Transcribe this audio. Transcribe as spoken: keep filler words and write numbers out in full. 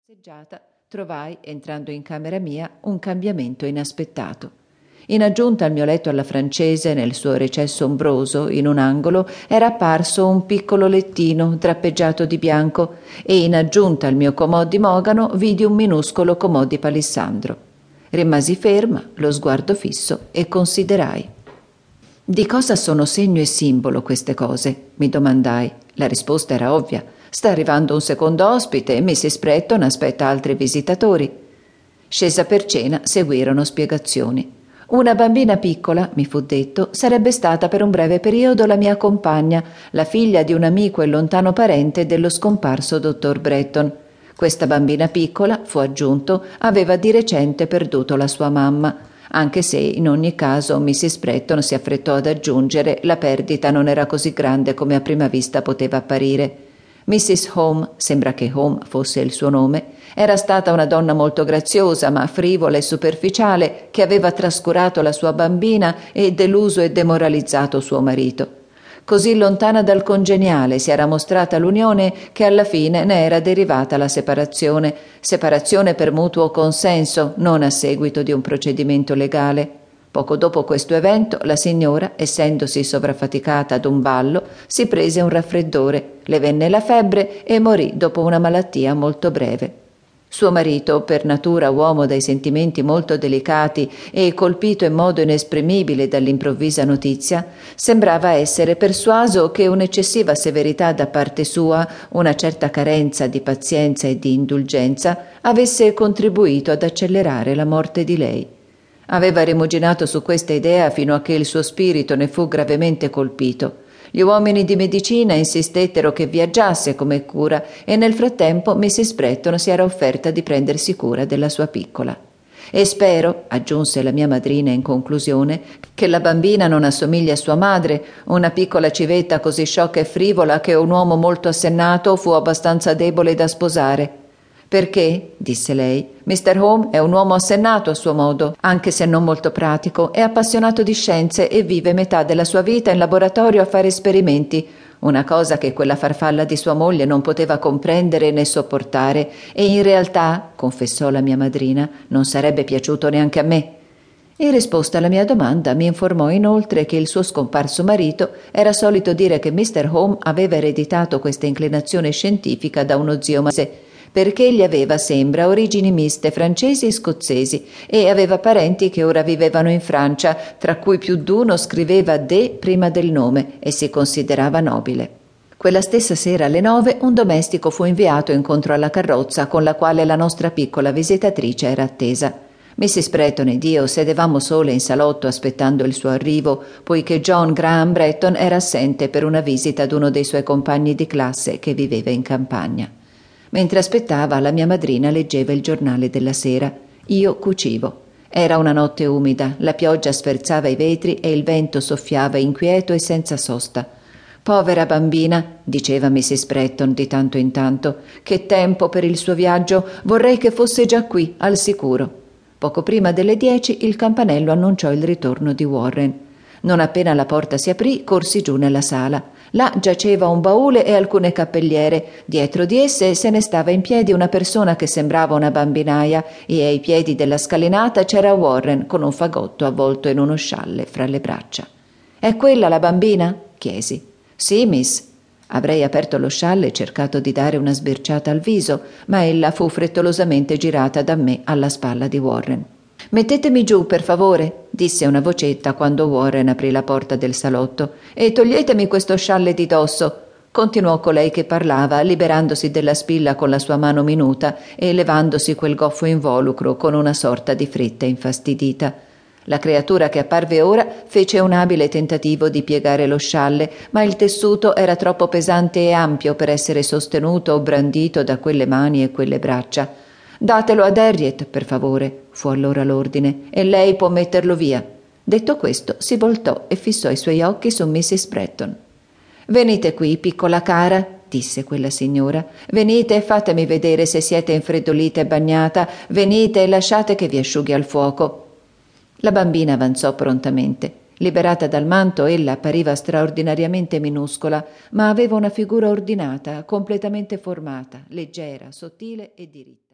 Passeggiata, trovai, entrando in camera mia, un cambiamento inaspettato. In aggiunta al mio letto alla francese, nel suo recesso ombroso, in un angolo, era apparso un piccolo lettino drappeggiato di bianco e in aggiunta al mio comò di mogano vidi un minuscolo comò di palissandro. Rimasi ferma, lo sguardo fisso, e considerai. Di cosa sono segno e simbolo queste cose? Mi domandai. La risposta era ovvia. Sta arrivando un secondo ospite e missus Bretton aspetta altri visitatori. Scesa per cena, seguirono spiegazioni. Una bambina piccola, mi fu detto, sarebbe stata per un breve periodo la mia compagna, la figlia di un amico e lontano parente dello scomparso dottor Bretton. Questa bambina piccola, fu aggiunto, aveva di recente perduto la sua mamma, anche se in ogni caso missus Bretton si affrettò ad aggiungere la perdita non era così grande come a prima vista poteva apparire. missus Home, sembra che Home fosse il suo nome, era stata una donna molto graziosa ma frivola e superficiale che aveva trascurato la sua bambina e deluso e demoralizzato suo marito. Così lontana dal congeniale si era mostrata l'unione che alla fine ne era derivata la separazione, separazione per mutuo consenso, non a seguito di un procedimento legale. Poco dopo questo evento, la signora, essendosi sovraffaticata ad un ballo, si prese un raffreddore, le venne la febbre e morì dopo una malattia molto breve. Suo marito, per natura uomo dai sentimenti molto delicati e colpito in modo inesprimibile dall'improvvisa notizia, sembrava essere persuaso che un'eccessiva severità da parte sua, una certa carenza di pazienza e di indulgenza, avesse contribuito ad accelerare la morte di lei. Aveva rimuginato su questa idea fino a che il suo spirito ne fu gravemente colpito. Gli uomini di medicina insistettero che viaggiasse come cura e nel frattempo missus Bretton si era offerta di prendersi cura della sua piccola. E spero, aggiunse la mia madrina in conclusione, che la bambina non assomigli a sua madre, una piccola civetta così sciocca e frivola che un uomo molto assennato fu abbastanza debole da sposare. «Perché?» disse lei. «mister Home è un uomo assennato a suo modo, anche se non molto pratico, è appassionato di scienze e vive metà della sua vita in laboratorio a fare esperimenti, una cosa che quella farfalla di sua moglie non poteva comprendere né sopportare, e in realtà, confessò la mia madrina, non sarebbe piaciuto neanche a me». In risposta alla mia domanda mi informò inoltre che il suo scomparso marito era solito dire che mister Home aveva ereditato questa inclinazione scientifica da uno zio Mase, perché egli aveva, sembra, origini miste francesi e scozzesi e aveva parenti che ora vivevano in Francia, tra cui più d'uno scriveva de prima del nome e si considerava nobile. Quella stessa sera alle nove un domestico fu inviato incontro alla carrozza con la quale la nostra piccola visitatrice era attesa. missus Bretton ed io sedevamo sole in salotto aspettando il suo arrivo, poiché John Graham Bretton era assente per una visita ad uno dei suoi compagni di classe che viveva in campagna. Mentre aspettava, la mia madrina leggeva il giornale della sera. Io cucivo. Era una notte umida, la pioggia sferzava i vetri e il vento soffiava inquieto e senza sosta. «Povera bambina», diceva missus Bretton di tanto in tanto, «che tempo per il suo viaggio, vorrei che fosse già qui, al sicuro». Poco prima delle dieci il campanello annunciò il ritorno di Warren. Non appena la porta si aprì, corsi giù nella sala. Là giaceva un baule e alcune cappelliere. Dietro di esse se ne stava in piedi una persona che sembrava una bambinaia e ai piedi della scalinata c'era Warren con un fagotto avvolto in uno scialle fra le braccia. «È quella la bambina?» chiesi. «Sì, miss». Avrei aperto lo scialle e cercato di dare una sbirciata al viso, ma ella fu frettolosamente girata da me alla spalla di Warren. «Mettetemi giù, per favore», disse una vocetta quando Warren aprì la porta del salotto, «e toglietemi questo scialle di dosso», continuò colei che parlava, liberandosi della spilla con la sua mano minuta e levandosi quel goffo involucro con una sorta di fretta infastidita. La creatura che apparve ora fece un abile tentativo di piegare lo scialle, ma il tessuto era troppo pesante e ampio per essere sostenuto o brandito da quelle mani e quelle braccia. «Datelo ad Harriet, per favore», fu allora l'ordine, «e lei può metterlo via». Detto questo, si voltò e fissò i suoi occhi su missus Bretton. «Venite qui, piccola cara», disse quella signora. «Venite e fatemi vedere se siete infreddolita e bagnata. Venite e lasciate che vi asciughi al fuoco». La bambina avanzò prontamente. Liberata dal manto, ella appariva straordinariamente minuscola, ma aveva una figura ordinata, completamente formata, leggera, sottile e diritta.